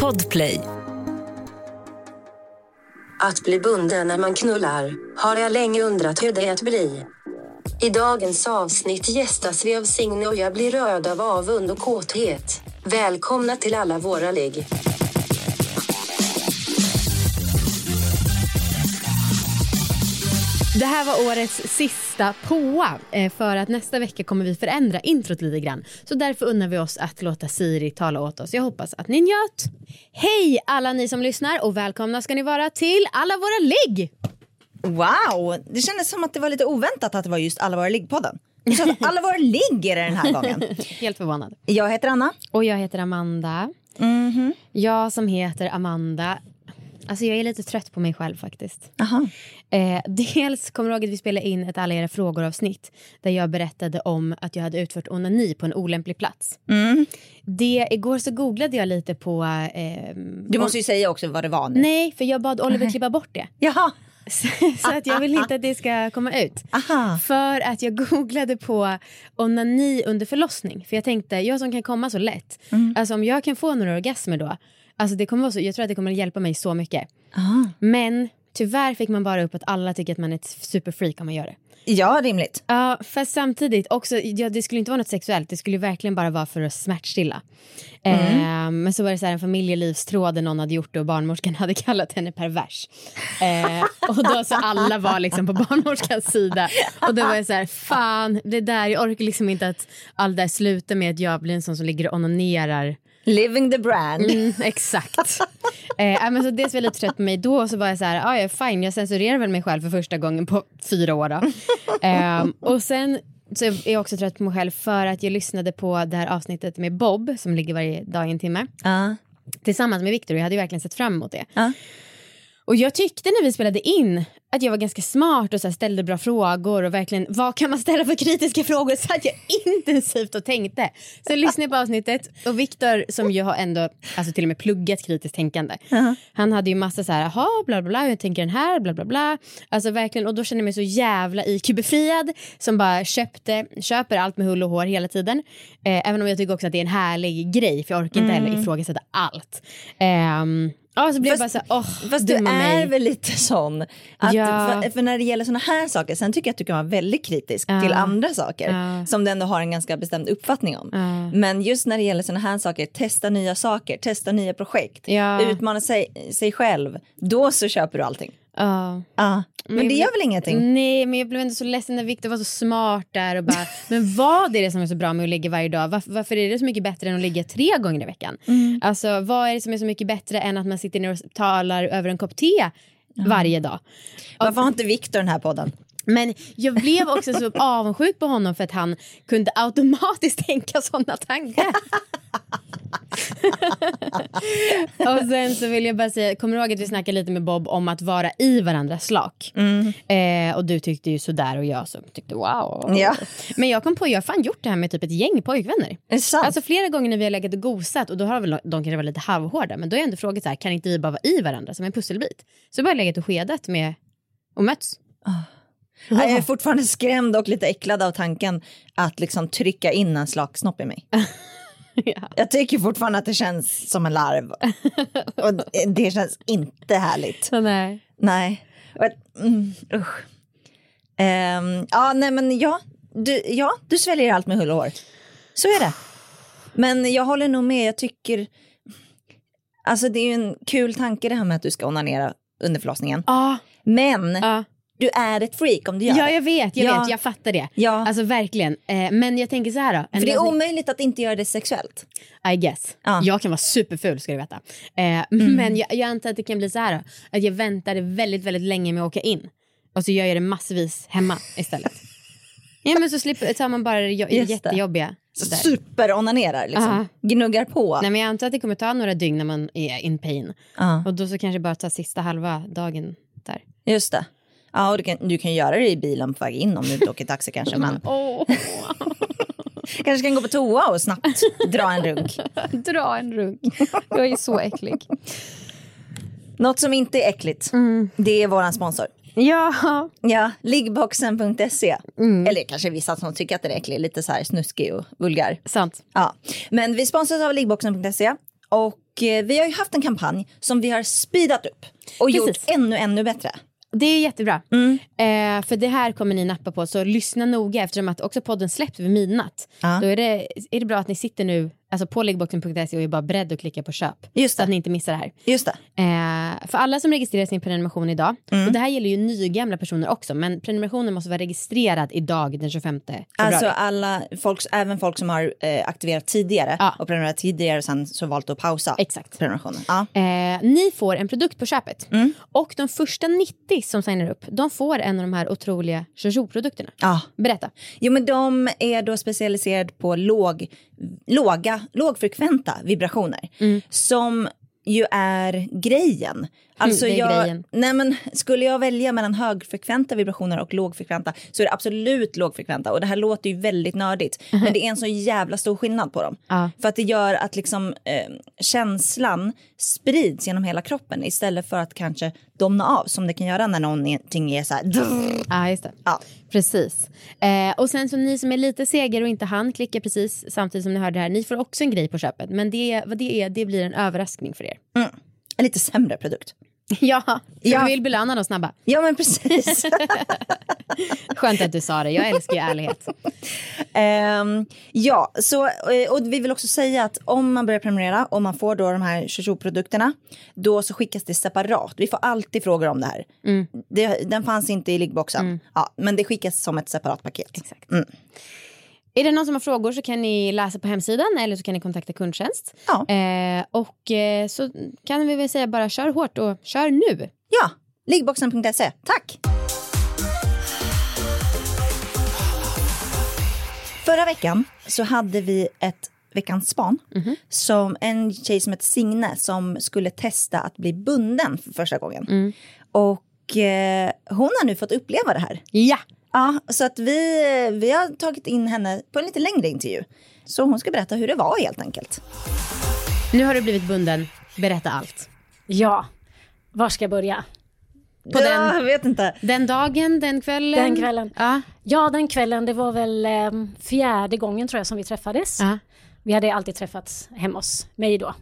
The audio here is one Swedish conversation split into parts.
Podplay. Att bli bunden när man knullar, har jag länge undrat hur det är att bli. I dagens avsnitt gästas vi av Signe och jag blir röd av avund och kåthet. Välkomna till alla våra ligg. Det här var årets sista påa, för att nästa vecka kommer vi förändra introt lite grann. Så därför unnar vi oss att låta Siri tala åt oss. Jag hoppas att ni njöt. Hej alla ni som lyssnar och välkomna ska ni vara till alla våra ligg. Wow, det kändes som att det var lite oväntat att det var just alla våra liggpodden. Så att alla våra ligg är det den här gången. Helt förvånad. Jag heter Anna. Och jag heter Amanda. Jag som heter Amanda. Alltså jag är lite trött på mig själv faktiskt. Aha. Dels kommer jag ihåg att vi spelade in ett alla era frågor-avsnitt där jag berättade om att jag hade utfört onani på en olämplig plats. Igår så googlade jag lite på... Du måste ju säga också vad det var nu. Nej, för jag bad Oliver klippa bort det. Jaha. Så att jag vill inte att det ska komma ut. Aha. För att jag googlade på onani under förlossning. För jag tänkte, jag som kan komma så lätt. Alltså om jag kan få några orgasmer då. Alltså det kommer vara så, jag tror att det kommer att hjälpa mig så mycket. Men tyvärr fick man bara upp att alla tycker att man är ett superfreak om man gör det. Ja, rimligt. Ja, fast samtidigt också, det skulle inte vara något sexuellt. Det skulle verkligen bara vara för att smärtstilla. Men så var det så här en familjelivstråd där någon hade gjort det och barnmorskan hade kallat henne pervers. Och då så alla var liksom på barnmorskans sida. Och då var jag så här, fan, det där, jag orkar liksom inte att all det slutar med att jag blir en sån som ligger och onanerar. Living the brand. Exakt. Men så dels var jag lite trött på mig då. Och så var jag så här, jag är fine. Jag censurerar väl mig själv för första gången på 4 år då. Och sen så är jag också trött på mig själv för att jag lyssnade på det här avsnittet med Bob som ligger varje dag i en timme. Tillsammans med Victor. Jag hade ju verkligen sett fram emot det. Och jag tyckte när vi spelade in att jag var ganska smart och så här ställde bra frågor och verkligen, vad kan man ställa för kritiska frågor, så att jag intensivt och tänkte. Så lyssnade jag på avsnittet och Victor som ju har ändå alltså till och med pluggat kritiskt tänkande. Han hade ju massa så här, jaha, bla bla bla, jag tänker den här, bla bla bla. Alltså verkligen, och då kände jag mig så jävla IQ-befriad som bara köper allt med hull och hår hela tiden. Även om jag tycker också att det är en härlig grej, för jag orkar inte heller ifrågasätta allt. Ja, så blir jag bara så här, fast du är väl lite sån att, för när det gäller såna här saker, sen tycker jag att du kan vara väldigt kritisk till andra saker som du ändå har en ganska bestämd uppfattning om. Men just när det gäller såna här saker, testa nya saker, testa nya projekt, utmana sig själv, då så köper du allting. Men det gör väl ingenting? Nej, men jag blev ändå så ledsen när Victor var så smart där och bara, men vad är det som är så bra med att ligga varje dag? Varför är det så mycket bättre än att ligga 3 gånger i veckan? Alltså, vad är det som är så mycket bättre än att man sitter ner och talar över en kopp te varje dag? Varför har inte Victor den här podden? Men jag blev också så avundsjuk på honom för att han kunde automatiskt tänka sådana tankar. Och sen så vill jag bara säga, kommer du ihåg att vi snackade lite med Bob om att vara i varandras slak? Och du tyckte ju sådär och jag så tyckte wow. Men jag kom på, jag har fan gjort det här med typ ett gäng pojkvänner. Alltså flera gånger när vi har legat och gosat, och då har väl de kanske varit lite halvhårda, men då har jag ändå frågat så här, kan inte vi bara vara i varandra som en pusselbit? Så jag bara legat och skedat med och möts. Jag är fortfarande skrämd och lite äcklad av tanken att liksom trycka in en slagsnopp i mig. Jag tycker fortfarande att det känns som en larv. Och det känns inte härligt. Nej. Usch. Du sväljer allt med hull och hår. Så är det. Men jag håller nog med. Jag tycker, alltså det är ju en kul tanke det här med att du ska onanera under förlossningen. Men du är ett freak om du gör det. Ja, jag vet, jag fattar det. Alltså verkligen. Men jag tänker så här då. För det är omöjligt att inte göra det sexuellt. I guess. Jag kan vara superful, ska du veta. Men jag antar att det kan bli så här då. Att jag väntade väldigt, väldigt länge med att åka in. Och så gör jag det massvis hemma istället. Ja, men så tar man bara det jättejobbiga. Superonanerar liksom. Gnuggar på. Nej, men jag antar att det kommer ta några dygn när man är in pain. Och då så kanske bara ta sista halva dagen där. Just det. Ja, och du kan göra det i bilen på väg in om du inte åker taxi kanske. Men... kanske kan gå på toa och snabbt dra en runk. Jag är så äcklig. Något som inte är äckligt, det är våran sponsor. Ja, liggboxen.se. Eller kanske vissa som tycker att det är äckligt, lite så här snuskig och vulgär. Sant. Ja, men vi sponsras av liggboxen.se. Och vi har ju haft en kampanj som vi har speedat upp och gjort ännu bättre. Det är jättebra. För det här kommer ni nappa på. Så lyssna noga eftersom att också podden släpps vid midnatt. Då är det bra att ni sitter nu alltså på liggboxen.se och är bara beredd att klicka på köp. Just det. Så att ni inte missar det här. Just det. För alla som registrerar sin prenumeration idag. Och det här gäller ju nygamla personer också. Men prenumerationen måste vara registrerad idag den 25 februari. Alltså även folk som har aktiverat tidigare. Och prenumererat tidigare och sen så valt att pausa. Exakt. Prenumerationen. Ni får en produkt på köpet. Och de första 90 som signar upp, de får en av de här otroliga Jojo-produkterna. Berätta. Jo, men de är då specialiserade på lågfrekventa vibrationer. Som ju är grejen. Alltså grejen. Nej, men skulle jag välja mellan högfrekventa vibrationer och lågfrekventa så är det absolut lågfrekventa. Och det här låter ju väldigt nördigt. Men det är en så jävla stor skillnad på dem. För att det gör att liksom, känslan sprids genom hela kroppen istället för att kanske domna av som det kan göra när någonting är så här. Just det. Precis. Och sen så ni som är lite segare och inte hann klicka precis samtidigt som ni hör det här. Ni får också en grej på köpet. Men det blir en överraskning för er. En lite sämre produkt. Jag vill belöna dem snabba. Ja, men precis. Skönt att du sa det, jag älskar ju ärlighet. Och vi vill också säga att om man börjar prenumerera och man får då de här Jojo-produkterna, då så skickas det separat. Vi får alltid frågor om det här. Den fanns inte i liggboxen. Men det skickas som ett separat paket. Exakt. Är det någon som har frågor så kan ni läsa på hemsidan eller så kan ni kontakta kundtjänst. Så kan vi väl säga bara kör hårt och kör nu. Ja, liggboxen.se. Tack! Förra veckan så hade vi ett veckans span som en tjej som heter Signe som skulle testa att bli bunden för första gången. Och hon har nu fått uppleva det här. Ja! Ja, så att vi har tagit in henne på en lite längre intervju. Så hon ska berätta hur det var helt enkelt. Nu har du blivit bunden. Berätta allt. Ja, var ska jag börja? Jag vet inte. Den dagen, den kvällen? Den kvällen. Ja, den kvällen. Det var väl 4:e gången tror jag som vi träffades. Vi hade alltid träffats hemma hos mig då.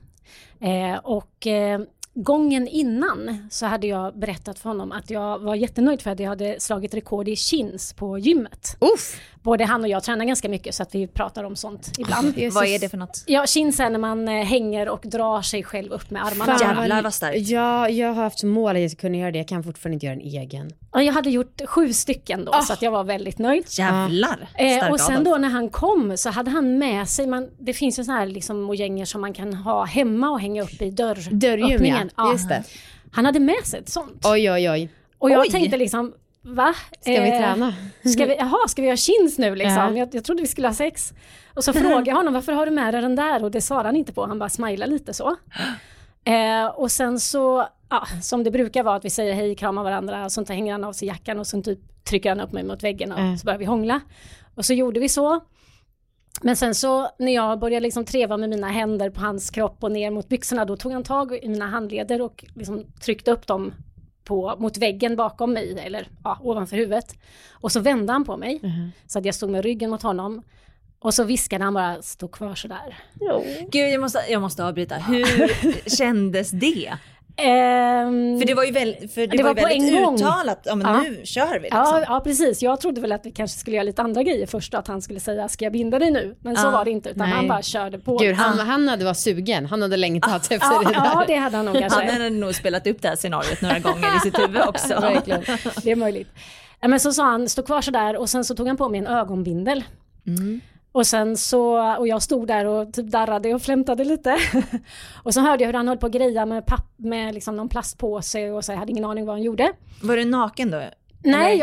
Gången innan så hade jag berättat för honom att jag var jättenöjd för att jag hade slagit rekord i chins på gymmet. Både han och jag tränar ganska mycket så att vi pratar om sånt ibland. Vad är det för något? Ja, chins är när man hänger och drar sig själv upp med armarna. Jävlar vad starkt. Ja, jag har haft som mål att jag ska kunna göra det. Jag kan fortfarande inte göra en egen. Ja, jag hade gjort 7 stycken då så att jag var väldigt nöjd. Jävlar. Och sen då när han kom så hade han med sig, det finns ju såna här liksom mojänger som man kan ha hemma och hänga upp i dörröppningen. Just det. Han hade med sig ett sånt. Oj. Och jag tänkte liksom, va? Ska vi träna? Ska vi ha chins nu liksom? Jag trodde vi skulle ha sex. Och så frågade jag honom, varför har du med dig den där? Och det svarade han inte på, han bara smilade lite så. Och sen så, som det brukar vara att vi säger hej, kramar varandra. Och så hänger han av sig jackan och så typ trycker han upp mig mot väggen och så börjar vi hångla. Och så gjorde vi så. Men sen så när jag började liksom treva med mina händer på hans kropp och ner mot byxorna, då tog han tag i mina handleder och liksom tryckte upp dem mot väggen bakom mig eller ovanför huvudet. Och så vände han på mig så att jag stod med ryggen mot honom. Och så viskade han bara, stå kvar sådär. Gud, jag måste avbryta. Hur kändes det? För det var ju väldigt uttalat. Nu kör vi liksom. Ja, precis. Jag trodde väl att vi kanske skulle göra lite andra grejer först. Att han skulle säga, ska jag binda dig nu? Men så var det inte, utan han bara körde på. Gud, han hade varit sugen. Han hade längtat efter det där. Ja, det hade han nog kanske. Han hade nog spelat upp det här scenariot några gånger i sitt huvud också. Verkligen. Det är möjligt. Men så sa han, stå kvar sådär. Och sen så tog han på mig en ögonbindel. Och sen så, och jag stod där och typ darrade och flämtade lite. Och så hörde jag hur han höll på att greja med liksom någon plastpåse och så jag hade ingen aning vad han gjorde. Var du naken då? Nej,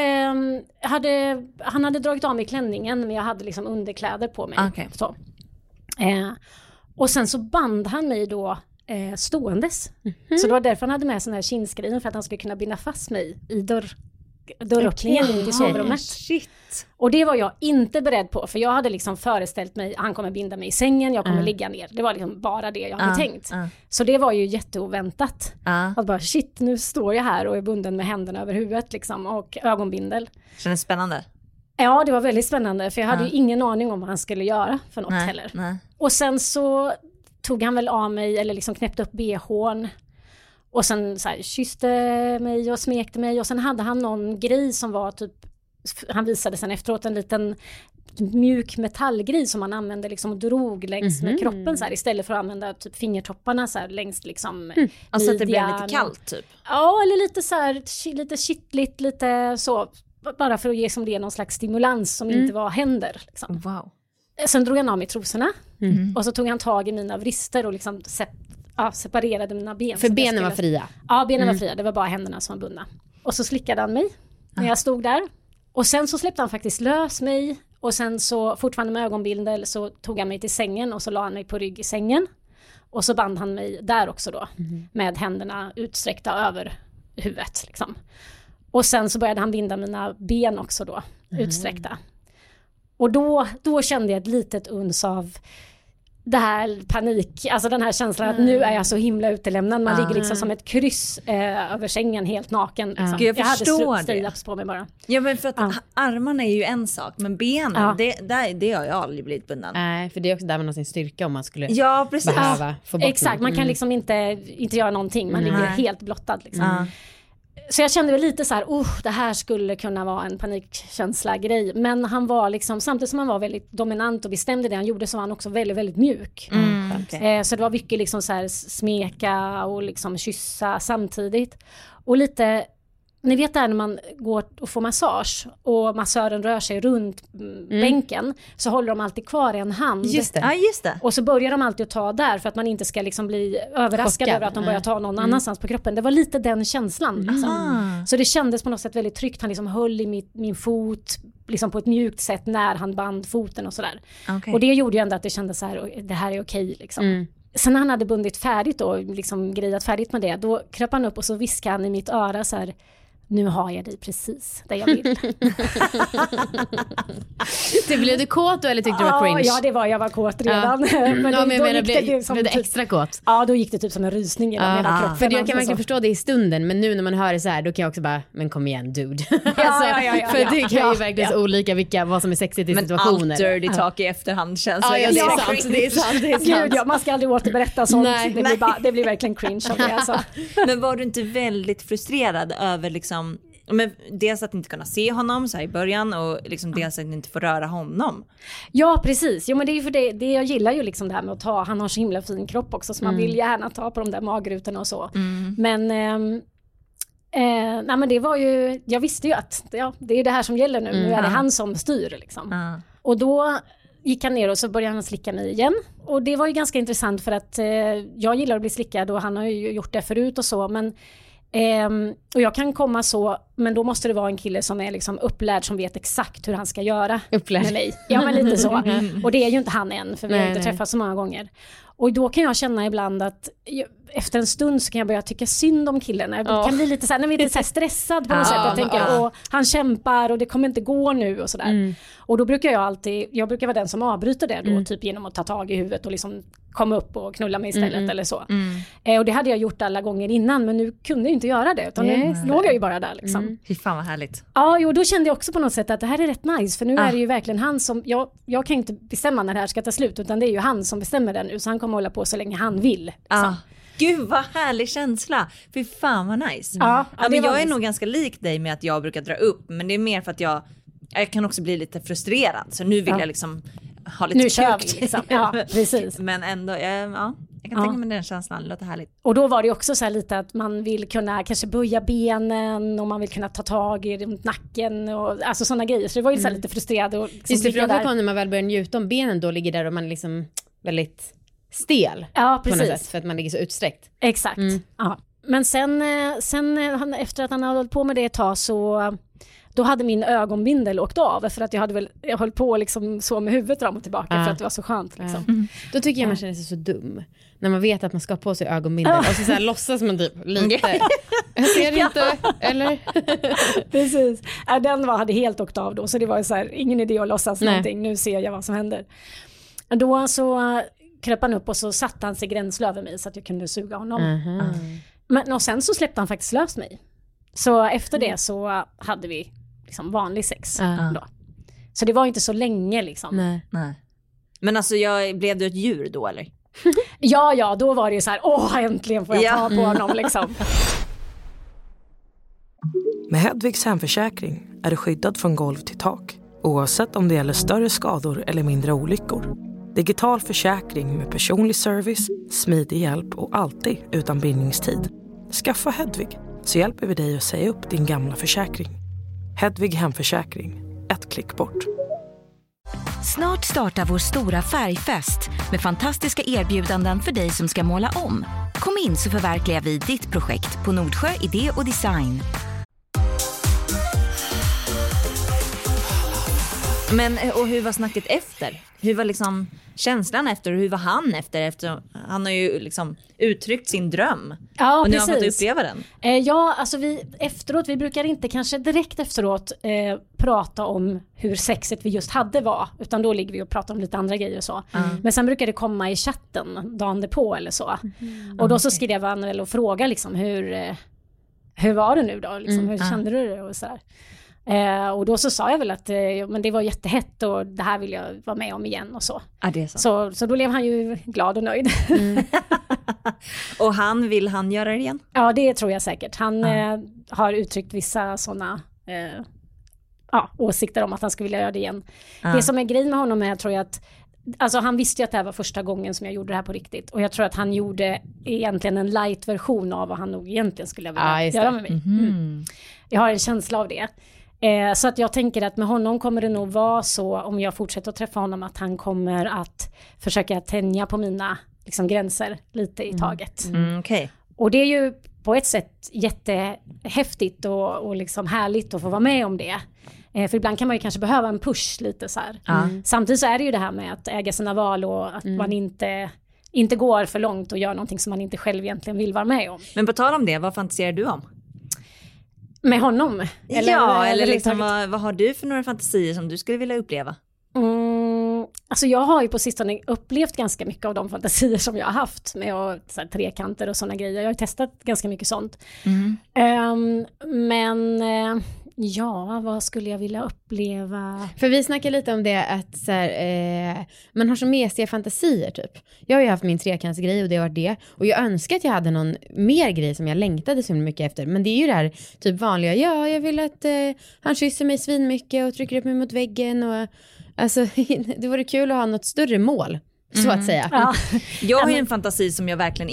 han hade dragit av mig klänningen men jag hade liksom underkläder på mig. Okay. Så. Och sen så band han mig då ståendes. Så det var därför han hade med sån här kinsgrejen för att han skulle kunna binda fast mig i dörröppningen in till sovrummet. Shit. Och det var jag inte beredd på, för jag hade liksom föreställt mig han kommer binda mig i sängen, jag kommer ligga ner. Det var liksom bara det jag hade tänkt. Så det var ju jätteoväntat. Att bara shit, nu står jag här och är bunden med händerna över huvudet liksom, och ögonbindel. Känns det spännande? Ja, det var väldigt spännande för jag hade ju ingen aning om vad han skulle göra för något heller. Och sen så tog han väl av mig eller liksom knäppte upp BH:n. Och sen så här, kysste mig och smekte mig. Och sen hade han någon grej som var typ, han visade sen efteråt en liten mjuk metallgrej som man använde liksom och drog längs med kroppen så här, istället för att använda typ fingertopparna så här, längs liksom alltså att det blev lite kallt typ. Ja, eller lite så här, lite kittligt, lite så, bara för att ge som det någon slags stimulans som inte var händer liksom. Wow. Sen drog han av mig trosorna och så tog han tag i mina vrister och liksom separerade mina ben. För benen var fria? Ja, benen var fria, det var bara händerna som var bundna. Och så slickade han mig när jag stod där. Och sen så släppte han faktiskt lös mig. Och sen så, fortfarande med ögonbindel, så tog han mig till sängen och så la han mig på rygg i sängen. Och så band han mig där också då, med händerna utsträckta över huvudet liksom. Och sen så började han binda mina ben också då, utsträckta. Och då kände jag ett litet uns av det här panik, alltså den här känslan att nu är jag så himla utelämnad. Man ligger liksom som ett kryss över sängen helt naken. Liksom. Jag förstår hade stay-ups på mig bara. Ja, men för att armarna är ju en sak, men benen, det har jag aldrig blivit bunden. Nej, för det är också där man har sin styrka om man skulle behöva få bort exakt, man kan liksom inte göra någonting. Man ligger helt blottad liksom. Så jag kände väl lite så här, det här skulle kunna vara en panikkänsla-grej. Men han var liksom, samtidigt som han var väldigt dominant och bestämde det han gjorde, så var han också väldigt, väldigt mjuk. Så det var mycket liksom så här smeka och liksom kyssa samtidigt. Och lite, ni vet där när man går och får massage och massören rör sig runt bänken, så håller de alltid kvar en hand. Just det. Och så börjar de alltid att ta där för att man inte ska liksom bli överraskad över att de börjar ta någon annanstans på kroppen. Det var lite den känslan. Liksom. Så det kändes på något sätt väldigt tryggt. Han liksom höll i min fot liksom på ett mjukt sätt när han band foten och sådär. Och det gjorde ju ändå att det kändes så här, det här är okej liksom. Sen när han hade bundit färdigt och liksom grejat färdigt med det, då kröp han upp och så viskade han i mitt öra så här: nu har jag dig precis där jag vill. Blev du kåt eller tyckte du var cringe? Ja, det var, jag var kåt redan. Blev det extra kåt? Ja, då gick det typ som en rysning i hela kroppen. För jag kan verkligen förstå det i stunden, men nu när man hör det så här, då kan jag också bara, men kom igen dude. För det kan ju verkligen så olika vad som är sexigt i situationer. Men allt dirty talk i efterhand känns det är sant. Gud, man ska aldrig återberätta sånt. Det blir verkligen cringe av det alltså. Men var du inte väldigt frustrerad över liksom, men dels att inte kunna se honom så här i början och liksom dels att inte få röra honom? Ja, precis. Jo, men det är ju för det jag gillar ju liksom det här med att ta, han har så himla fin kropp också, så man vill gärna ta på de där magrutorna och så. Men nej, men det var ju, jag visste ju att det är det här som gäller nu. Nu är det han som styr liksom. Och då gick han ner och så började han slicka mig igen. Och det var ju ganska intressant för att jag gillar att bli slickad och han har ju gjort det förut och så, men och jag kan komma så, men då måste det vara en kille som är liksom upplärd, som vet exakt hur han ska göra med mig. Ja, men lite så. Och det är ju inte han än, för vi har inte träffats så många gånger. Och då kan jag känna ibland att efter en stund så kan jag börja tycka synd om killen. Jag kan bli lite så här, när vi är lite så här stressad på något sätt. Jag tänker, han kämpar och det kommer inte gå nu och sådär. Och då brukar jag brukar vara den som avbryter det då, typ genom att ta tag i huvudet och liksom komma upp och knulla mig istället eller så. Och det hade jag gjort alla gånger innan, men nu kunde jag inte göra det, utan nu låg jag ju bara där liksom. Fy fan vad härligt. Ja, jo, då kände jag också på något sätt att det här är rätt nice, för nu är det ju verkligen han som, jag kan inte bestämma när det här ska ta slut, utan det är ju han som bestämmer det nu, så han kommer hålla på så länge han vill. Liksom. Gud vad härlig känsla. Fy fan vad nice. Men jag är nog ganska lik dig med att jag brukar dra upp, men det är mer för att jag kan också bli lite frustrerad, så nu vill jag liksom ha lite nu kör vi liksom. Ja, precis. Men ändå, jag kan tänka mig den känslan, det låter härligt. Och då var det också så här lite att man vill kunna kanske böja benen och man vill kunna ta tag i runt nacken och alltså sådana grejer. Så det var ju så här lite frustrerad. Och liksom just det, för när man väl börjar njuta om benen, då ligger där och man liksom väldigt stel. Ja, precis. På något sätt, för att man ligger så utsträckt. Exakt, ja. Men sen efter att han hade hållit på med det ett tag, så då hade min ögonbindel åkt av, för att jag höll på liksom så med huvudet fram och tillbaka för att det var så skönt liksom. Då tycker jag man känner sig så dum när man vet att man ska på sig ögonbindel och så här låtsas man typ lite. Jag ser det inte, eller? Precis. Den hade helt åkt av då, så det var så här, ingen idé att låtsas någonting. Nu ser jag vad som händer. Då så kröp han upp och så satte han sig gränsle över mig så att jag kunde suga honom. Men och sen så släppte han faktiskt lös mig. Så efter det så hade vi liksom vanlig sex då. Så det var inte så länge liksom. Nej. Men alltså blev du ett djur då eller? Ja, då var det ju så här, äntligen får jag ta på honom liksom. Med Hedvigs hemförsäkring är du skyddad från golv till tak, oavsett om det gäller större skador eller mindre olyckor. Digital försäkring med personlig service, smidig hjälp och alltid utan bindningstid. Skaffa Hedvig, så hjälper vi dig att säga upp din gamla försäkring. Hedvig hemförsäkring, ett klick bort. Snart startar vår stora färgfest med fantastiska erbjudanden för dig som ska måla om. Kom in så förverkligar vi ditt projekt på Nordsjö Idé och Design. Men och hur var snacket efter? Hur var liksom känslan efter och hur var han efter han har ju liksom uttryckt sin dröm. Ja, och nu precis. har han fått uppleva den. Ja, alltså vi brukar inte kanske direkt efteråt prata om hur sexet vi just hade var, utan då ligger vi och pratar om lite andra grejer och så. Men sen brukar det komma i chatten dagen därpå eller så. Och då så skrev han och frågade liksom hur var det nu då? Liksom, hur kände du det och så här. Och då så sa jag väl att men det var jättehett och det här vill jag vara med om igen och så. Ja, det är så då blev han ju glad och nöjd. Och vill han göra det igen? Ja, det tror jag säkert. Han har uttryckt vissa sådana åsikter om att han skulle vilja göra det igen. Det som är grejen med honom är, tror jag, att alltså han visste ju att det här var första gången som jag gjorde det här på riktigt. Och jag tror att han gjorde egentligen en light-version av vad han nog egentligen skulle vilja göra med mig. Jag har en känsla av det. Så att jag tänker att med honom kommer det nog vara så, om jag fortsätter att träffa honom, att han kommer att försöka tänja på mina liksom, gränser lite i taget. Okay. Och det är ju på ett sätt jättehäftigt och liksom härligt att få vara med om det. För ibland kan man ju kanske behöva en push lite så här. Samtidigt så är det ju det här med att äga sina val och att man inte går för långt och gör någonting som man inte själv egentligen vill vara med om. Men på tal om det, vad fantiserar du om? Med honom? Eller liksom, vad har du för några fantasier som du skulle vilja uppleva? Alltså jag har ju på sistone upplevt ganska mycket av de fantasier som jag har haft med så här, trekanter och sådana grejer. Jag har testat ganska mycket sånt. Vad skulle jag vilja uppleva? För vi snackar lite om det att så här, man har så mesiga fantasier typ. Jag har ju haft min trekantsgrej och det har varit det. Och jag önskar att jag hade någon mer grej som jag längtade så mycket efter. Men det är ju det här typ vanliga. Ja, jag vill att han kysser mig svin mycket och trycker upp mig mot väggen. Och, alltså, det vore kul att ha något större mål. Så att säga. Ja. Jag har ju en fantasi som jag verkligen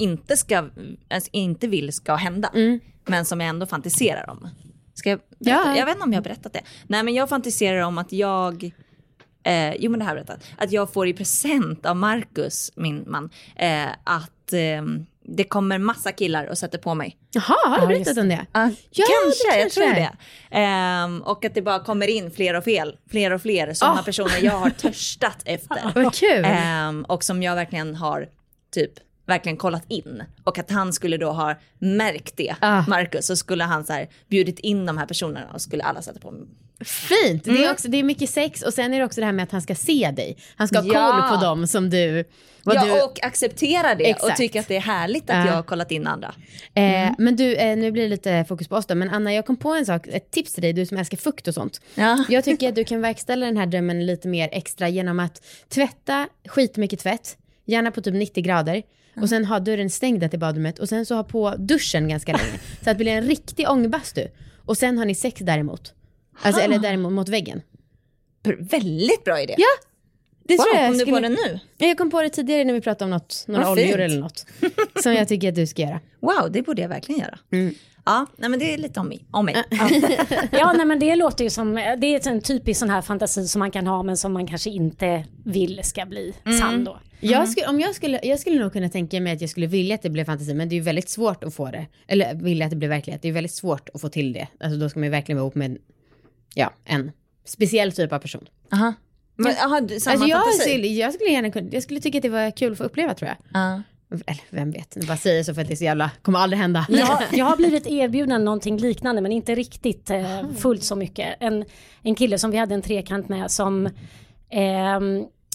inte vill ska hända. Men som jag ändå fantiserar om. Jag vet inte om jag har berättat det. Nej, men jag fantiserar om att jag men det här har jag berättat. Att jag får i present av Marcus, min man, att det kommer massa killar och sätter på mig. Jaha, har du berättat om det? Kanske, jag tror det. Och att det bara kommer in fler och fler sådana personer jag har törstat efter. Vad kul. Och som jag verkligen har verkligen kollat in. Och att han skulle då ha märkt det, Marcus, så skulle han så här bjudit in de här personerna och skulle alla sätta på mig. Fint, det är mycket sex. Och sen är det också det här med att han ska se dig. Han ska ha koll på dem som du... och acceptera det. Exakt. Och tycka att det är härligt att jag har kollat in andra. Men du, nu blir det lite fokus på oss då. Men Anna, jag kom på en sak, ett tips till dig, du som älskar fukt och sånt. Jag tycker att du kan verkställa den här drömmen lite mer extra genom att tvätta skitmycket tvätt. Gärna på typ 90 grader. Och sen ha dörren stängd till badrummet. Och sen så ha på duschen ganska länge. Så att det blir en riktig ångbastu. Och sen har ni sex däremot. Alltså, eller däremot mot väggen. Väldigt bra idé. Ja, det tror jag. Kom du på det nu? Jag kom på det tidigare när vi pratade om några oljor eller något. Som jag tycker att du ska göra. Wow, det borde jag verkligen göra. Ja, nej, men det är lite om mig. Ja, nej, men det låter ju som, det är en typisk sån här fantasi som man kan ha men som man kanske inte vill ska bli sann då. Jag skulle nog kunna tänka mig att jag skulle vilja att det blev fantasi, men det är ju väldigt svårt att få det. Eller vilja att det blir verklighet. Det är väldigt svårt att få till det. Alltså då ska man ju verkligen vara ihop med en speciell typ av person. Men, samma fantasi? Jag skulle tycka att det var kul att få uppleva, tror jag. Eller vem vet, jag bara säger så för att det är så jävla, kommer aldrig hända. Jag har blivit erbjuden någonting liknande, men inte riktigt fullt så mycket. En kille som vi hade en trekant med som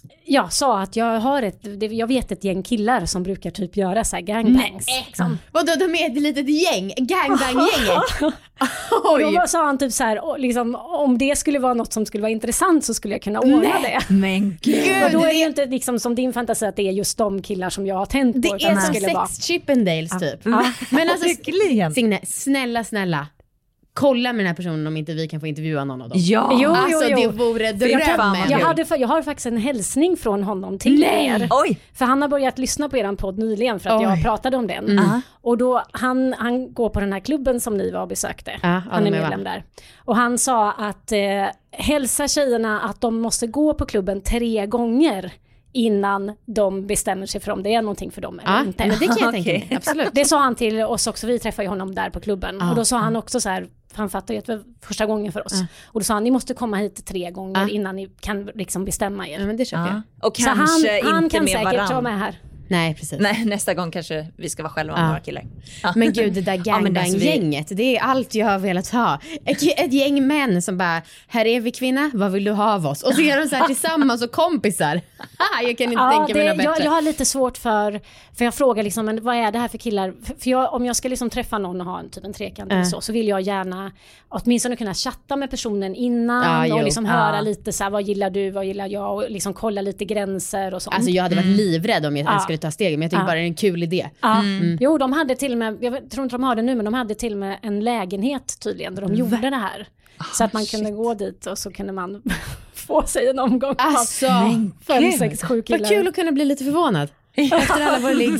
jag sa att jag vet ett gäng killar som brukar typ göra så här gangbangs. Liksom. Vadå, de är ett litet gäng? Gangbang-gänget? Då sa han typ så här, liksom, om det skulle vara något som skulle vara intressant så skulle jag kunna ordna det. Men gud. Och då är det ju inte liksom som din fantasi att det är just de killar som jag har tänt på. Det är som sex Chippendales typ. Ja. Men alltså, Signe, snälla. Kolla med den här personen om inte vi kan få intervjua någon av dem. Ja. Jo. Det vore drömmen. Jag har faktiskt en hälsning från honom till er. Oj. För han har börjat lyssna på eran podd nyligen för att jag pratade om den. Och då han går på den här klubben som ni var och besökte. Han är medlem där. Och han sa att hälsa tjejerna att de måste gå på klubben 3 gånger innan de bestämmer sig för om det är någonting för dem eller inte. Men det kan jag tänka mig, absolut. Det sa han till oss också, vi träffade ju honom där på klubben. Och då sa han också så här, han fattade ju att det var första gången för oss. Och då sa han, ni måste komma hit 3 gånger innan ni kan liksom bestämma er. Ja, men det köper jag. Och kanske han inte kan med säkert varann. ta med här. Nej, precis. Nej, nästa gång kanske vi ska vara själva med några killar. Men gud, det där gangbang-gänget, det är allt jag har velat ha. Ett gäng män som bara, här är vi kvinna, vad vill du ha av oss? Och så är de så här tillsammans och kompisar. Jag kan inte tänka mig något bättre. Jag har lite svårt för jag frågar liksom, men vad är det här för killar? För om jag ska liksom träffa någon och ha en trekant eller så vill jag gärna åtminstone kunna chatta med personen innan och liksom höra lite så här, vad gillar du, vad gillar jag, och liksom kolla lite gränser och sånt. Alltså jag hade varit livrädd om jag skulle ta steg, men jag tycker bara det är en kul idé. Jo, de hade till och med, jag tror inte de har det nu, men de hade till och med en lägenhet tydligen där de gjorde det här. Så att man kunde gå dit och så kunde man få sig en omgång av 5, 6, 7 killar. Vad kul att kunna bli lite förvånad. Efter alla våra liggs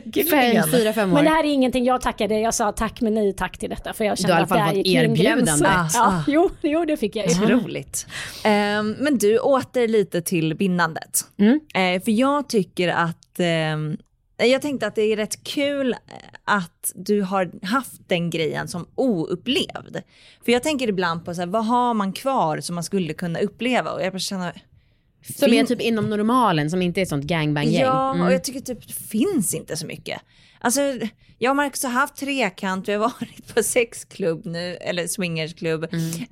4-5 år. Men det här är ingenting jag tackade. Jag sa tack men nej tack till detta. För jag kände att det här gick erbjudande. Jo, det fick jag. Otroligt. Men du, åter lite till binnandet. För jag tycker att jag tänkte att det är rätt kul att du har haft den grejen som oupplevd. För jag tänker ibland på så här, vad har man kvar som man skulle kunna uppleva? Och jag bara känner... Som är typ inom normalen, som inte är ett sånt gangbang-gäng. Ja, och jag tycker typ det finns inte så mycket. Alltså, jag har också haft trekant, vi har varit på sexklubb nu, eller swingersklubb.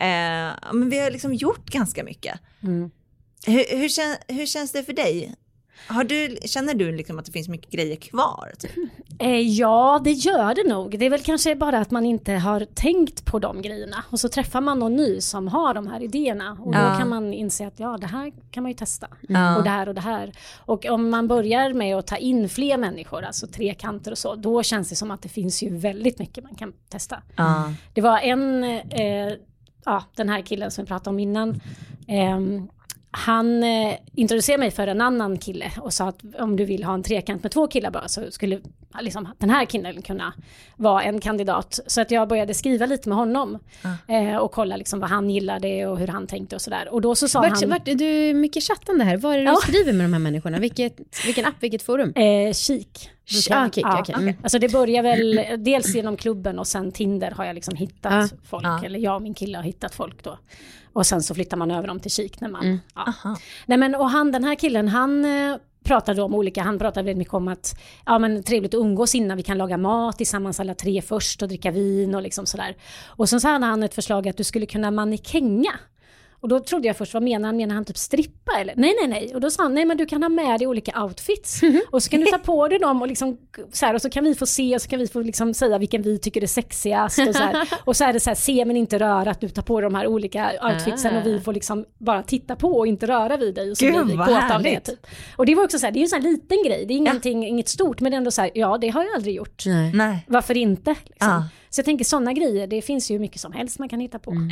Men vi har liksom gjort ganska mycket. Hur känns det för dig? Känner du liksom att det finns mycket grejer kvar? Typ? Ja, det gör det nog. Det är väl kanske bara att man inte har tänkt på de grejerna. Och så träffar man någon ny som har de här idéerna. Och då kan man inse att det här kan man ju testa. Och det här och det här. Och om man börjar med att ta in fler människor, alltså trekanter och så, då känns det som att det finns ju väldigt mycket man kan testa. Det var den här killen som vi pratade om innan. Han introducerade mig för en annan kille och sa att om du vill ha en trekant med 2 killar bara, så skulle liksom den här killen kunna vara en kandidat. Så att jag började skriva lite med honom och kolla liksom vad han gillade och hur han tänkte och sådär. Och då så sa han... Vart är du mycket chattande här? Vad är det du skriver med de här människorna? Vilken app, vilket forum? Kik. Okay. Alltså det börjar väl dels genom klubben och sen Tinder har jag liksom hittat folk. Eller jag och min kille har hittat folk då. Och sen så flyttar man över dem till Kik när man... Nej men, och den här killen, han pratade om han pratade väldigt mycket om att trevligt att umgås innan vi kan laga mat tillsammans alla 3 först och dricka vin och liksom sådär. Och sen så hade han ett förslag att du skulle kunna mannequänga. Och då trodde jag först, vad menar han typ strippa eller? Nej. Och då sa han, nej men du kan ha med dig olika outfits. Och så kan du ta på dig dem och liksom så här, och så kan vi få se och så kan vi få liksom säga vilken vi tycker är sexigast och så här. Och så är det så här, se men inte röra, att du tar på de här olika outfitsen och vi får liksom bara titta på och inte röra vid dig. Och så blir vi kåta av det typ. Och det var också så här, det är ju en sån här liten grej, det är inget stort, men ändå så här, det har jag aldrig gjort. Nej. Varför inte? Liksom. Så jag tänker sådana grejer, det finns ju mycket som helst man kan hitta på.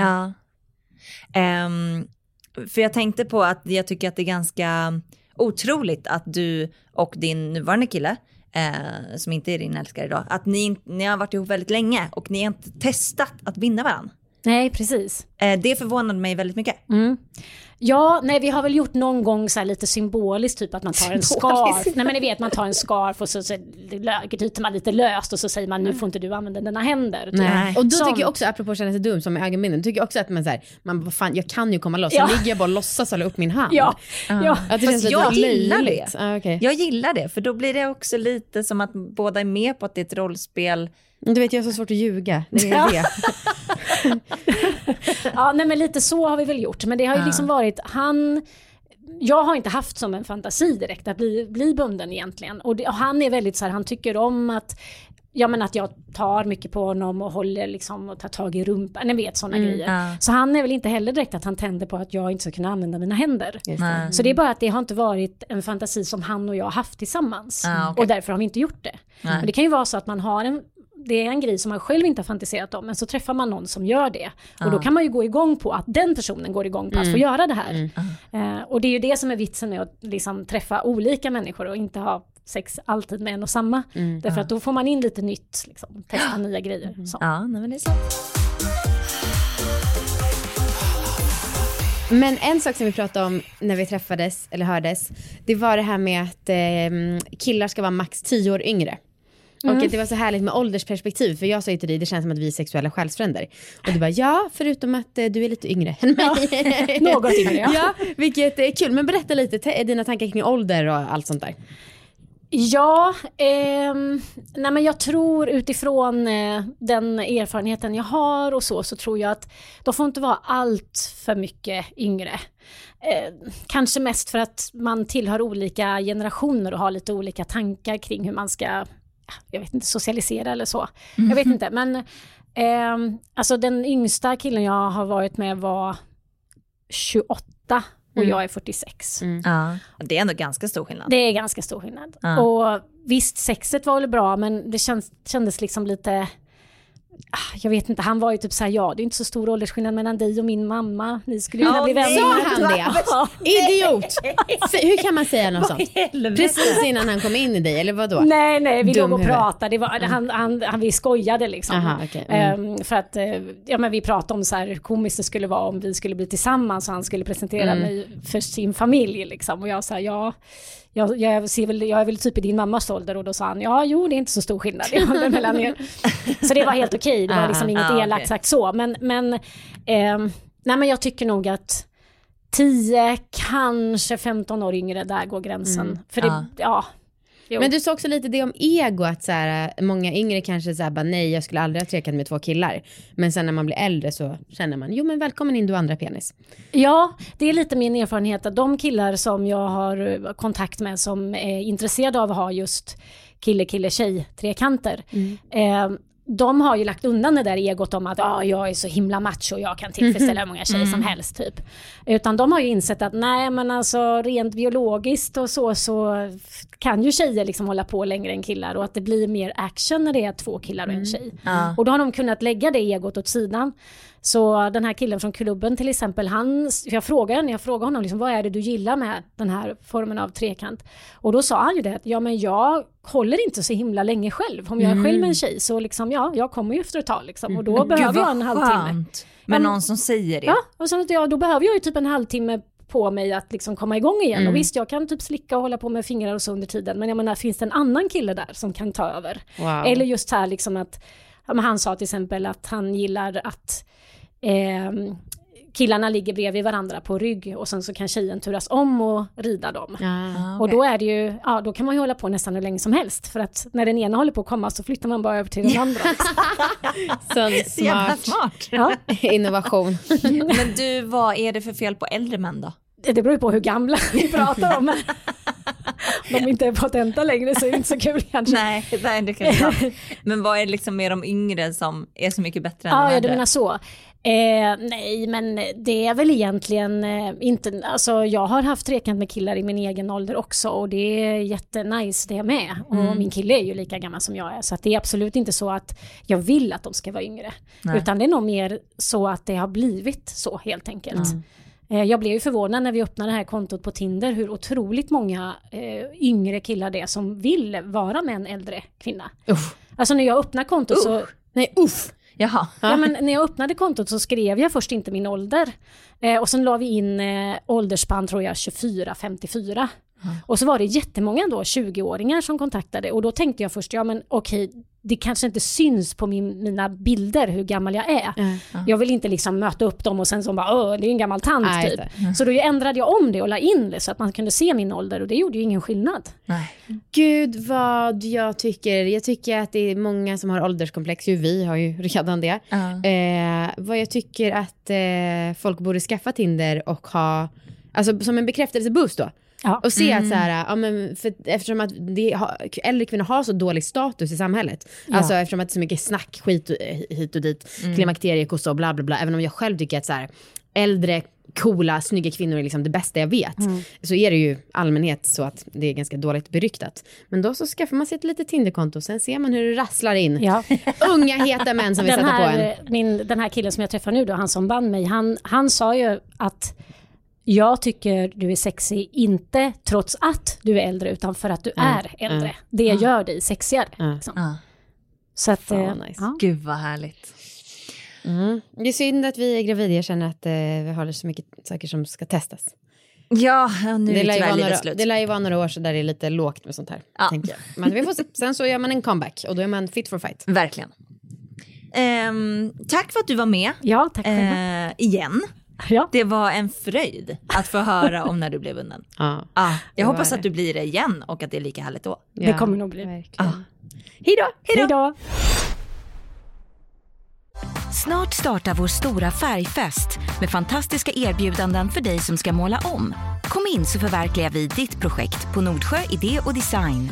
För jag tänkte på att jag tycker att det är ganska otroligt att du och din nuvarande kille som inte är din älskare idag, att ni har varit ihop väldigt länge och ni har inte testat att binda varandra. Nej, precis. Det förvånade mig väldigt mycket. Ja, nej, vi har väl gjort någon gång så här lite symboliskt, typ att man tar en scarf. Nej, men ni vet, man tar en scarf och så knyter man lite löst och så säger man, nu får inte du använda dina händer. Typ. Nej. Och då tycker jag också, apropå att känna sig dum som är ögonbinden, tycker jag också att man säger, vad fan, jag kan ju komma loss. Så ligger jag bara och låtsas hålla upp min hand. Att det känns jag gillar det. Okay. Jag gillar det, för då blir det också lite som att båda är med på att det är ett rollspel. Du vet, jag har så svårt att ljuga. Det är det. Nej men lite så har vi väl gjort. Men det har ju liksom varit, jag har inte haft som en fantasi direkt att bli bunden egentligen. Och han är väldigt så här, han tycker om att att jag tar mycket på honom och håller liksom och tar tag i rumpan, ni vet sådana grejer. Så han är väl inte heller direkt att han tänder på att jag inte ska kunna använda mina händer. Så det är bara att det har inte varit en fantasi som han och jag har haft tillsammans. Och därför har vi inte gjort det. Men det kan ju vara så att man har det är en grej som man själv inte har fantiserat om, men så träffar man någon som gör det. Och då kan man ju gå igång på att den personen går igång på att få göra det här. Och det är ju det som är vitsen med att liksom träffa olika människor och inte ha sex alltid med en och samma. Därför att då får man in lite nytt, liksom, testa nya grejer. Så. Ja, men det är sant. Men en sak som vi pratade om när vi träffades eller hördes, det var det här med att killar ska vara max 10 år yngre. Och att det var så härligt med åldersperspektiv. För jag sa ju till dig, det känns som att vi är sexuella själsfränder. Och du bara, ja, förutom att du är lite yngre än mig. Något yngre, ja, vilket är kul. Men berätta lite, dina tankar kring ålder och allt sånt där. Ja, nej men jag tror utifrån den erfarenheten jag har och så tror jag att de får inte vara allt för mycket yngre. Kanske mest för att man tillhör olika generationer och har lite olika tankar kring hur man ska, jag vet inte, socialisera eller så. Jag vet inte, men alltså den yngsta killen jag har varit med var 28 och jag är 46. Ja, det är ändå ganska stor skillnad. Det är ganska stor skillnad. Och visst, sexet var väl bra, men det kändes liksom lite... Jag vet inte, han var ju typ såhär, ja, det är inte så stor åldersskillnad mellan dig och min mamma. Ni skulle kunna bli vänner. Sa han det? Idiot! Hur kan man säga något sånt? Precis innan han kom in i dig, eller vadå? Nej, vi låg och pratade. Det var, vi skojade liksom. Aha, okay. För att men vi pratade om så här, hur komiskt det skulle vara om vi skulle bli tillsammans och han skulle presentera mig för sin familj liksom. Och jag sa, ja... Jag är väl typ i din mammas ålder, och då sa han, det är inte så stor skillnad i ålder mellan er. Så det var helt okej. Det var liksom inget elakt sagt så. Men jag tycker nog att 10, kanske 15 år yngre, där går gränsen. För det, Men du sa också lite det om ego, att så här, många yngre kanske så här, bara, nej, jag skulle aldrig ha trekat med 2 killar. Men sen när man blir äldre så känner man, jo men välkommen in, du andra penis. Ja, det är lite min erfarenhet att de killar som jag har kontakt med som är intresserade av att ha just kille-tjej trekanter, de har ju lagt undan det där egot om att jag är så himla macho och jag kan tillfredsställa hur många tjejer som helst typ. Utan de har ju insett att nej, men alltså rent biologiskt och så kan ju tjejer liksom hålla på längre än killar, och att det blir mer action när det är 2 killar och en tjej. Och då har de kunnat lägga det egot åt sidan. Så den här killen från klubben till exempel, jag frågade honom liksom, vad är det du gillar med den här formen av trekant? Och då sa han ju det att jag håller inte så himla länge själv. Om jag är själv med en tjej så liksom, jag kommer ju efter ett tag liksom, och då behöver jag en halvtimme. Men någon som säger det. Ja, och så då behöver jag ju typ en halvtimme på mig att liksom komma igång igen. Och visst, jag kan typ slicka och hålla på med fingrar och så under tiden, men jag menar, finns det en annan kille där som kan ta över? Wow. Eller just här liksom att, han sa till exempel att han gillar att killarna ligger bredvid varandra på rygg, och sen så kan tjejen turas om och rida dem. Och då är det ju, då kan man ju hålla på nästan hur länge som helst, för att när den ena håller på att komma så flyttar man bara över till den andra. Sån smart innovation. Men du, vad är det för fel på äldre män då? Det beror ju på hur gamla vi pratar om. De inte är potenta längre så är det inte så kul kanske. Nej, det kan jag. Men vad är det liksom med de yngre som är så mycket bättre än de äldre? Ja, du menar så. Nej, men det är väl egentligen inte, alltså jag har haft trekant med killar i min egen ålder också, och det är jättenice det med. Och min kille är ju lika gammal som jag är, så att det är absolut inte så att jag vill att de ska vara yngre. Nej. Utan det är nog mer så att det har blivit så helt enkelt. Jag blev ju förvånad när vi öppnade det här kontot på Tinder hur otroligt många yngre killar det är som vill vara med en äldre kvinna. Alltså när jag öppnade kontot så... Nej, Jaha. Ja, men när jag öppnade kontot så skrev jag först inte min ålder. Och sen la vi in åldersspann, tror jag, 24-54. Och så var det jättemånga då 20-åringar som kontaktade. Och då tänkte jag först, okej, det kanske inte syns på mina bilder hur gammal jag är. Jag vill inte liksom möta upp dem och sen så bara, det är en gammal tant typ. Så då ändrade jag om det och la in det så att man kunde se min ålder, och det gjorde ju ingen skillnad. Nej. Gud, vad jag tycker att det är många som har ålderskomplex, vi har ju redan det. Vad jag tycker att folk borde skaffa Tinder och ha Alltså som en bekräftelseboost då. Ja. Och se att så här, ja, men eftersom att äldre kvinnor har så dålig status i samhället. Alltså eftersom att det är så mycket snack, skit hit och dit, klimakteriekos och bla bla bla. Även om jag själv tycker att så här, äldre, coola, snygga kvinnor är liksom det bästa jag vet. Så är det ju allmänhet så att det är ganska dåligt beryktat. Men då så skaffar man sig ett litet Tinderkonto och sen ser man hur det rasslar in. Ja. Unga heta män som vill sätta på en. Den här killen som jag träffar nu då, han som band mig, han sa ju att jag tycker du är sexig inte trots att du är äldre utan för att du är äldre. Det gör dig sexigare. Liksom. Så att, nice. Gud vad härligt. Det är synd att vi är gravida. Jag känner att vi har så mycket saker som ska testas. Ja, nu är det livet slut. Det lär ju vara några år så där det är lite lågt med sånt här. Tänker jag. Men vi får se. Sen så gör man en comeback och då är man fit for fight. Verkligen. Tack för att du var med. Ja, tack igen. Ja. Det var en fröjd att få höra om när du blev bunden. Jag hoppas att du blir det igen och att det är lika härligt då. Det kommer nog bli. Hej då. Snart startar vår stora färgfest med fantastiska erbjudanden för dig som ska måla om. Kom in så förverkligar vi ditt projekt på Nordsjö Idé och Design.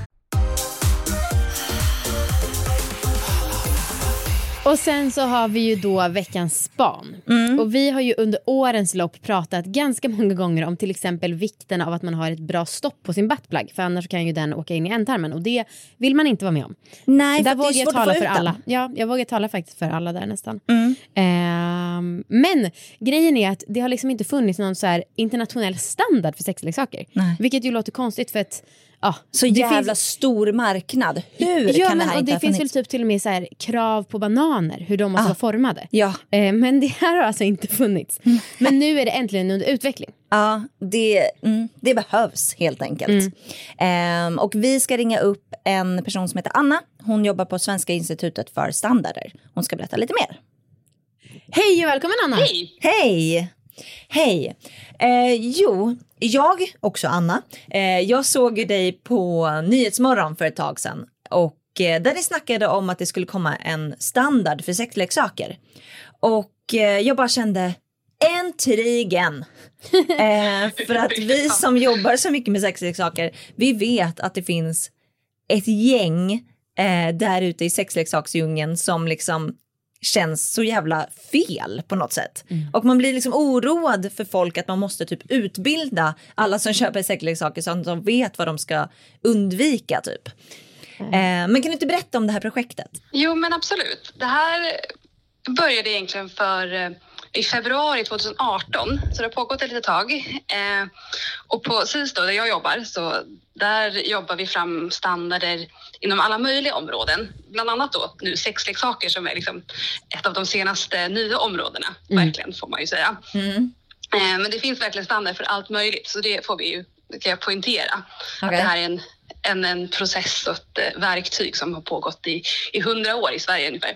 Och sen så har vi ju då veckans span. Och vi har ju under årens lopp pratat ganska många gånger om till exempel vikten av att man har ett bra stopp på sin buttplug. För annars kan ju den åka in i ändtarmen och det vill man inte vara med om. Nej, där för vågar det är jag tala för alla. Ja, jag vågar tala faktiskt för alla där nästan. Men grejen är att det har liksom inte funnits någon så här internationell standard för sexleksaker. Vilket ju låter konstigt för att så jävla stor marknad. Hur kan det här inte det finns väl typ till och med så här krav på bananer, hur de måste vara formade. Men det här har alltså inte funnits. Men nu är det äntligen under utveckling. Ja, det behövs helt enkelt. Och vi ska ringa upp en person som heter Anna. Hon jobbar på Svenska institutet för standarder. Hon ska berätta lite mer. Hej och välkommen Anna. Hej. Jag, också Anna, jag såg ju dig på Nyhetsmorgon för ett tag sedan och där ni snackade om att det skulle komma en standard för sexleksaker. Och jag bara kände, äntligen! För att vi som jobbar så mycket med sexleksaker, vi vet att det finns ett gäng där ute i sexleksaksdjungeln som liksom känns så jävla fel på något sätt. Och man blir liksom oroad för folk att man måste typ utbilda alla som köper sexleksaker så att de vet vad de ska undvika typ. Men kan du inte berätta om det här projektet? Jo men absolut. Det här började egentligen i februari 2018, så det har pågått ett litet tag. Och på SIS då, där jag jobbar, så där jobbar vi fram standarder inom alla möjliga områden. Bland annat då nu sexleksaker som är liksom ett av de senaste nya områdena, verkligen får man ju säga. Men det finns verkligen standard för allt möjligt, så det får vi ju, kan jag poängtera. Att det här är en process och ett verktyg som har pågått i 100 år i Sverige ungefär.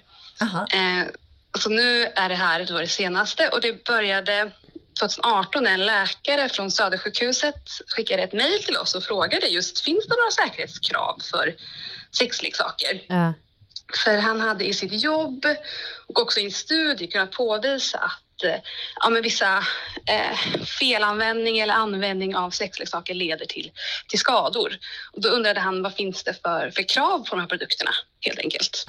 Så nu är det här då det senaste och det började 2018 när en läkare från Södersjukhuset skickade ett mejl till oss och frågade just, finns det några säkerhetskrav för sexleksaker? För han hade i sitt jobb och också i en studie kunnat påvisa att vissa felanvändning eller användning av sexleksaker leder till skador. Och då undrade han, vad finns det för krav på de här produkterna helt enkelt.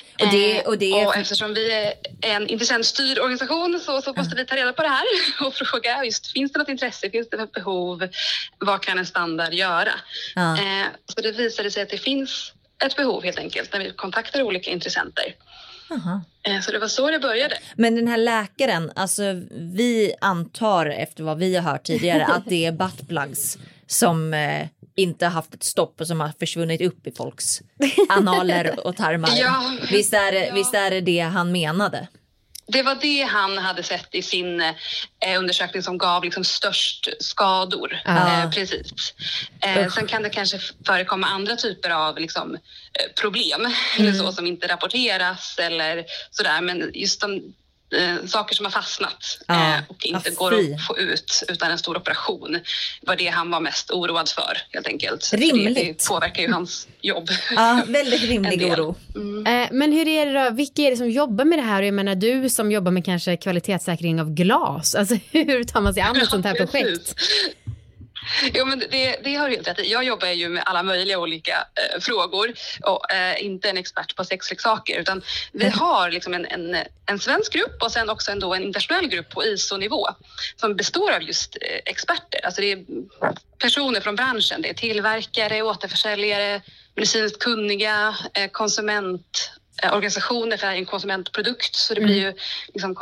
Och eftersom vi är en intressentstyrd organisation så måste vi ta reda på det här och fråga just, finns det något intresse, finns det ett behov, vad kan en standard göra? Så det visade sig att det finns ett behov helt enkelt när vi kontaktar olika intressenter. Så det var så det började. Men den här läkaren, alltså vi antar efter vad vi har hört tidigare att det är buttplugs som inte har haft ett stopp och som har försvunnit upp i folks analer och tarmar. Visst är det det han menade? Det var det han hade sett i sin undersökning som gav liksom störst skador. Precis. Sen kan det kanske förekomma andra typer av liksom, problem eller så som inte rapporteras eller sådär. Men just saker som har fastnat och inte går att få ut utan en stor operation. Var det han var mest oroad för, helt enkelt. Rimligt. Det påverkar ju hans jobb. Ja, väldigt rimlig oro. Men hur är det då? Vilka är det som jobbar med det här? Jag menar, du som jobbar med kanske kvalitetssäkring av glas. Alltså, hur tar man sig an ett sånt här projekt? Jo, men det har du helt rätt i. Jag jobbar ju med alla möjliga olika frågor och inte en expert på sexleksaker, utan vi har liksom en svensk grupp och sen också en internationell grupp på ISO-nivå som består av just experter. Alltså det är personer från branschen, det är tillverkare, återförsäljare, medicinskt kunniga, konsumentorganisationer för en konsumentprodukt, så det blir ju liksom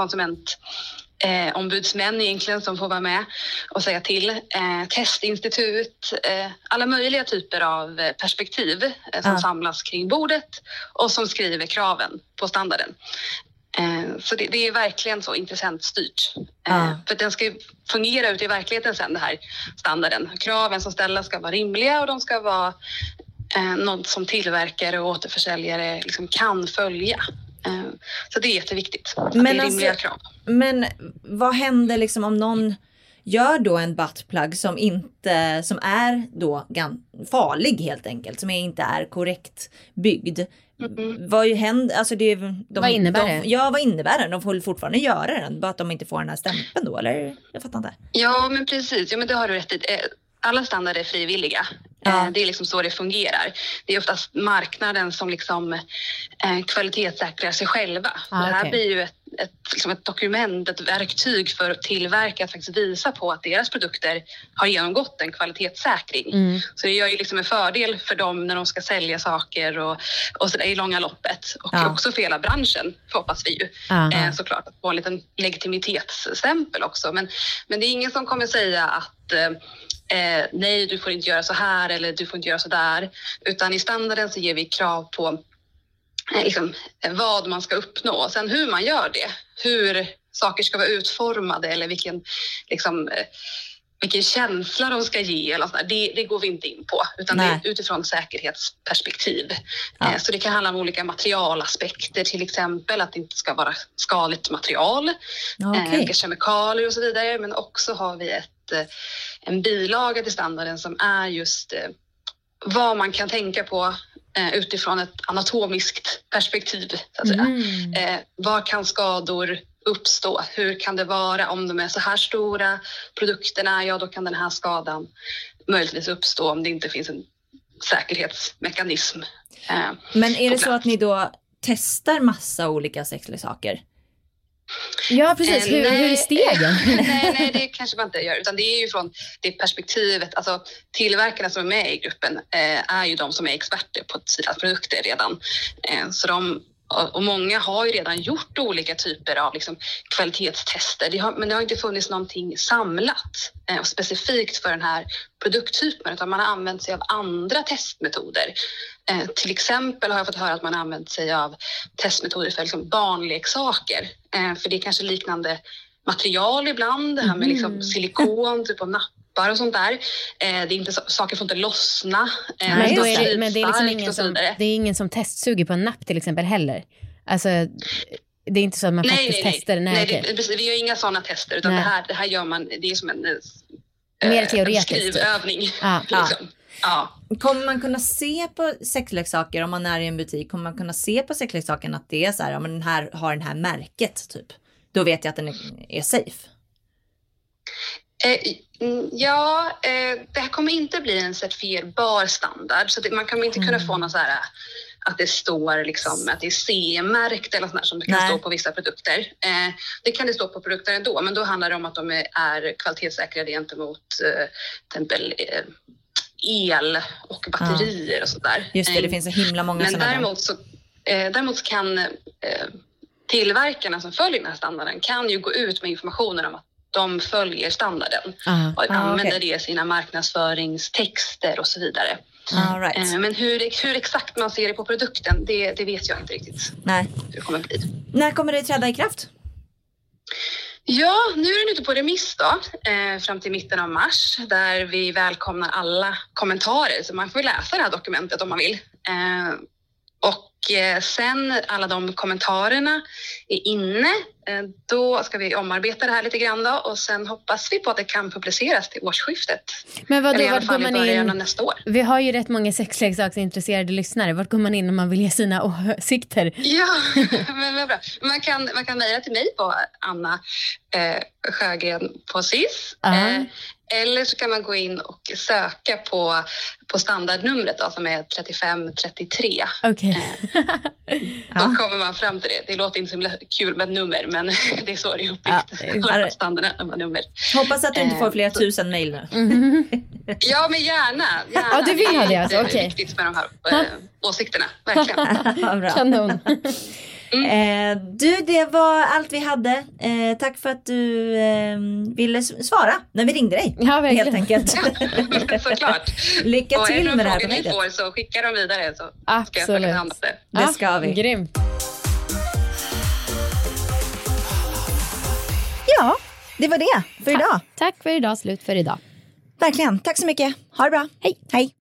ombudsmän egentligen som får vara med och säga till. Testinstitut, alla möjliga typer av perspektiv som samlas kring bordet och som skriver kraven på standarden. Så det är verkligen så intressentstyrt. För den ska ju fungera ut i verkligheten sen, det här standarden. Kraven som ställs ska vara rimliga och de ska vara något som tillverkare och återförsäljare liksom kan följa. Så det är jätteviktigt. Men det är rimliga krav. Men vad händer liksom om någon gör då en buttplug som är då farlig helt enkelt, som inte är korrekt byggd? Vad händer? Alltså vad innebär det? Vad innebär det? De får fortfarande göra den, bara att de inte får den här stämpeln då, eller? Jag fattar inte. Ja, men precis. Ja, men det har du rätt i. Alla standarder är frivilliga. Det är liksom så det fungerar. Det är oftast marknaden som liksom kvalitetssäkrar sig själva. Det här blir ju ett dokument, ett verktyg för tillverkare att faktiskt visa på att deras produkter har genomgått en kvalitetssäkring. Så det gör ju liksom en fördel för dem när de ska sälja saker och så där i långa loppet. Och också för hela branschen, hoppas vi ju. Såklart att få en liten legitimitetsstämpel också. Men det är ingen som kommer säga att nej, du får inte göra så här eller du får inte göra så där. Utan i standarden så ger vi krav på liksom, vad man ska uppnå. Och sen hur man gör det. Hur saker ska vara utformade eller vilken känsla de ska ge. Eller sådär. Det går vi inte in på. Utan det är utifrån säkerhetsperspektiv. Så det kan handla om olika materialaspekter. Till exempel att det inte ska vara skadligt material. Vilka kemikalier och så vidare. Men också har vi en bilaga till standarden som är just vad man kan tänka på utifrån ett anatomiskt perspektiv. Så att säga. Var kan skador uppstå? Hur kan det vara om de är så här stora produkterna? Ja, då kan den här skadan möjligtvis uppstå om det inte finns en säkerhetsmekanism. Men är det så att ni då testar massa olika sexleksaker? Ja, precis. Hur är stegen? Nej, det kanske man inte gör. Utan det är ju från det perspektivet. Alltså, tillverkarna som är med i gruppen är ju de som är experter på sina produkter redan. Och många har ju redan gjort olika typer av liksom, kvalitetstester. Men det har inte funnits någonting samlat och specifikt för den här produkttypen. Utan man har använt sig av andra testmetoder. Till exempel har jag fått höra att man har använt sig av testmetoder för liksom, barnleksaker. För det är kanske liknande material ibland. Det här med liksom, silikon typ av nappar och sånt där. Det är inte saker får inte lossna. Men det är ingen som testsuger på en napp till exempel heller. Alltså det är inte så att man faktiskt testar. Vi gör inga sådana tester utan det här gör man, det är som en mer teoretisk skrivövning. Liksom. Kommer man kunna se på sexleksaker om man är i en butik? Kommer man kunna se på sexleksaken att det är så här, men den här har den här märket typ? Då vet jag att den är safe. Det här kommer inte bli en certifierbar standard. Så man kommer inte kunna få någon så här att det står liksom att det är CE-märkt eller sånt som det kan stå på vissa produkter. Det kan det stå på produkter ändå, men då handlar det om att de är kvalitetssäkrade gentemot till exempel el och batterier och sådär. Just det finns så himla många sådana. Men däremot kan tillverkarna som följer den här standarden kan ju gå ut med informationen om att de följer standarden och använder det i sina marknadsföringstexter och så vidare. Men hur exakt man ser det på produkten, det vet jag inte riktigt. Nej. Hur det kommer bli. När kommer det träda i kraft? Ja, nu är den ute på remiss då, fram till mitten av mars, där vi välkomnar alla kommentarer. Så man får läsa det här dokumentet om man vill. Och sen alla de kommentarerna är inne, då ska vi omarbeta det här lite grann då, och sen hoppas vi på att det kan publiceras till årsskiftet. Men vadå, eller i alla fall går i man början in? Nästa år. Vi har ju rätt många sexleksaksintresserade lyssnare. Vart går man in om man vill ge sina åsikter? Ja, men vad bra. Man kan mejla till mig på Anna Sjögren på SIS. Eller så kan man gå in och söka på standardnumret då, som är 3533. Okej. Då kommer man fram till det. Det låter inte så kul med nummer, men det är så det är uppbyggt. Standardnummer. Hoppas att du inte får flera tusen mejl nu. Ja, men gärna. Ja, du vill ha det alltså, okej. Det är viktigt med de här åsikterna, verkligen. Bra. Kanon. Du, det var allt vi hade. Tack för att du ville svara när vi ringde dig. Ja, verkligen. Helt enkelt. Såklart. Lycka till med det här projektet. Ni får, så skicka dem vidare, så ska jag försöka handla det. Det ska vi. Grymt. Ja, det var det för idag. Tack för idag, slut för idag. Verkligen, tack så mycket. Ha det bra. Hej. Hej.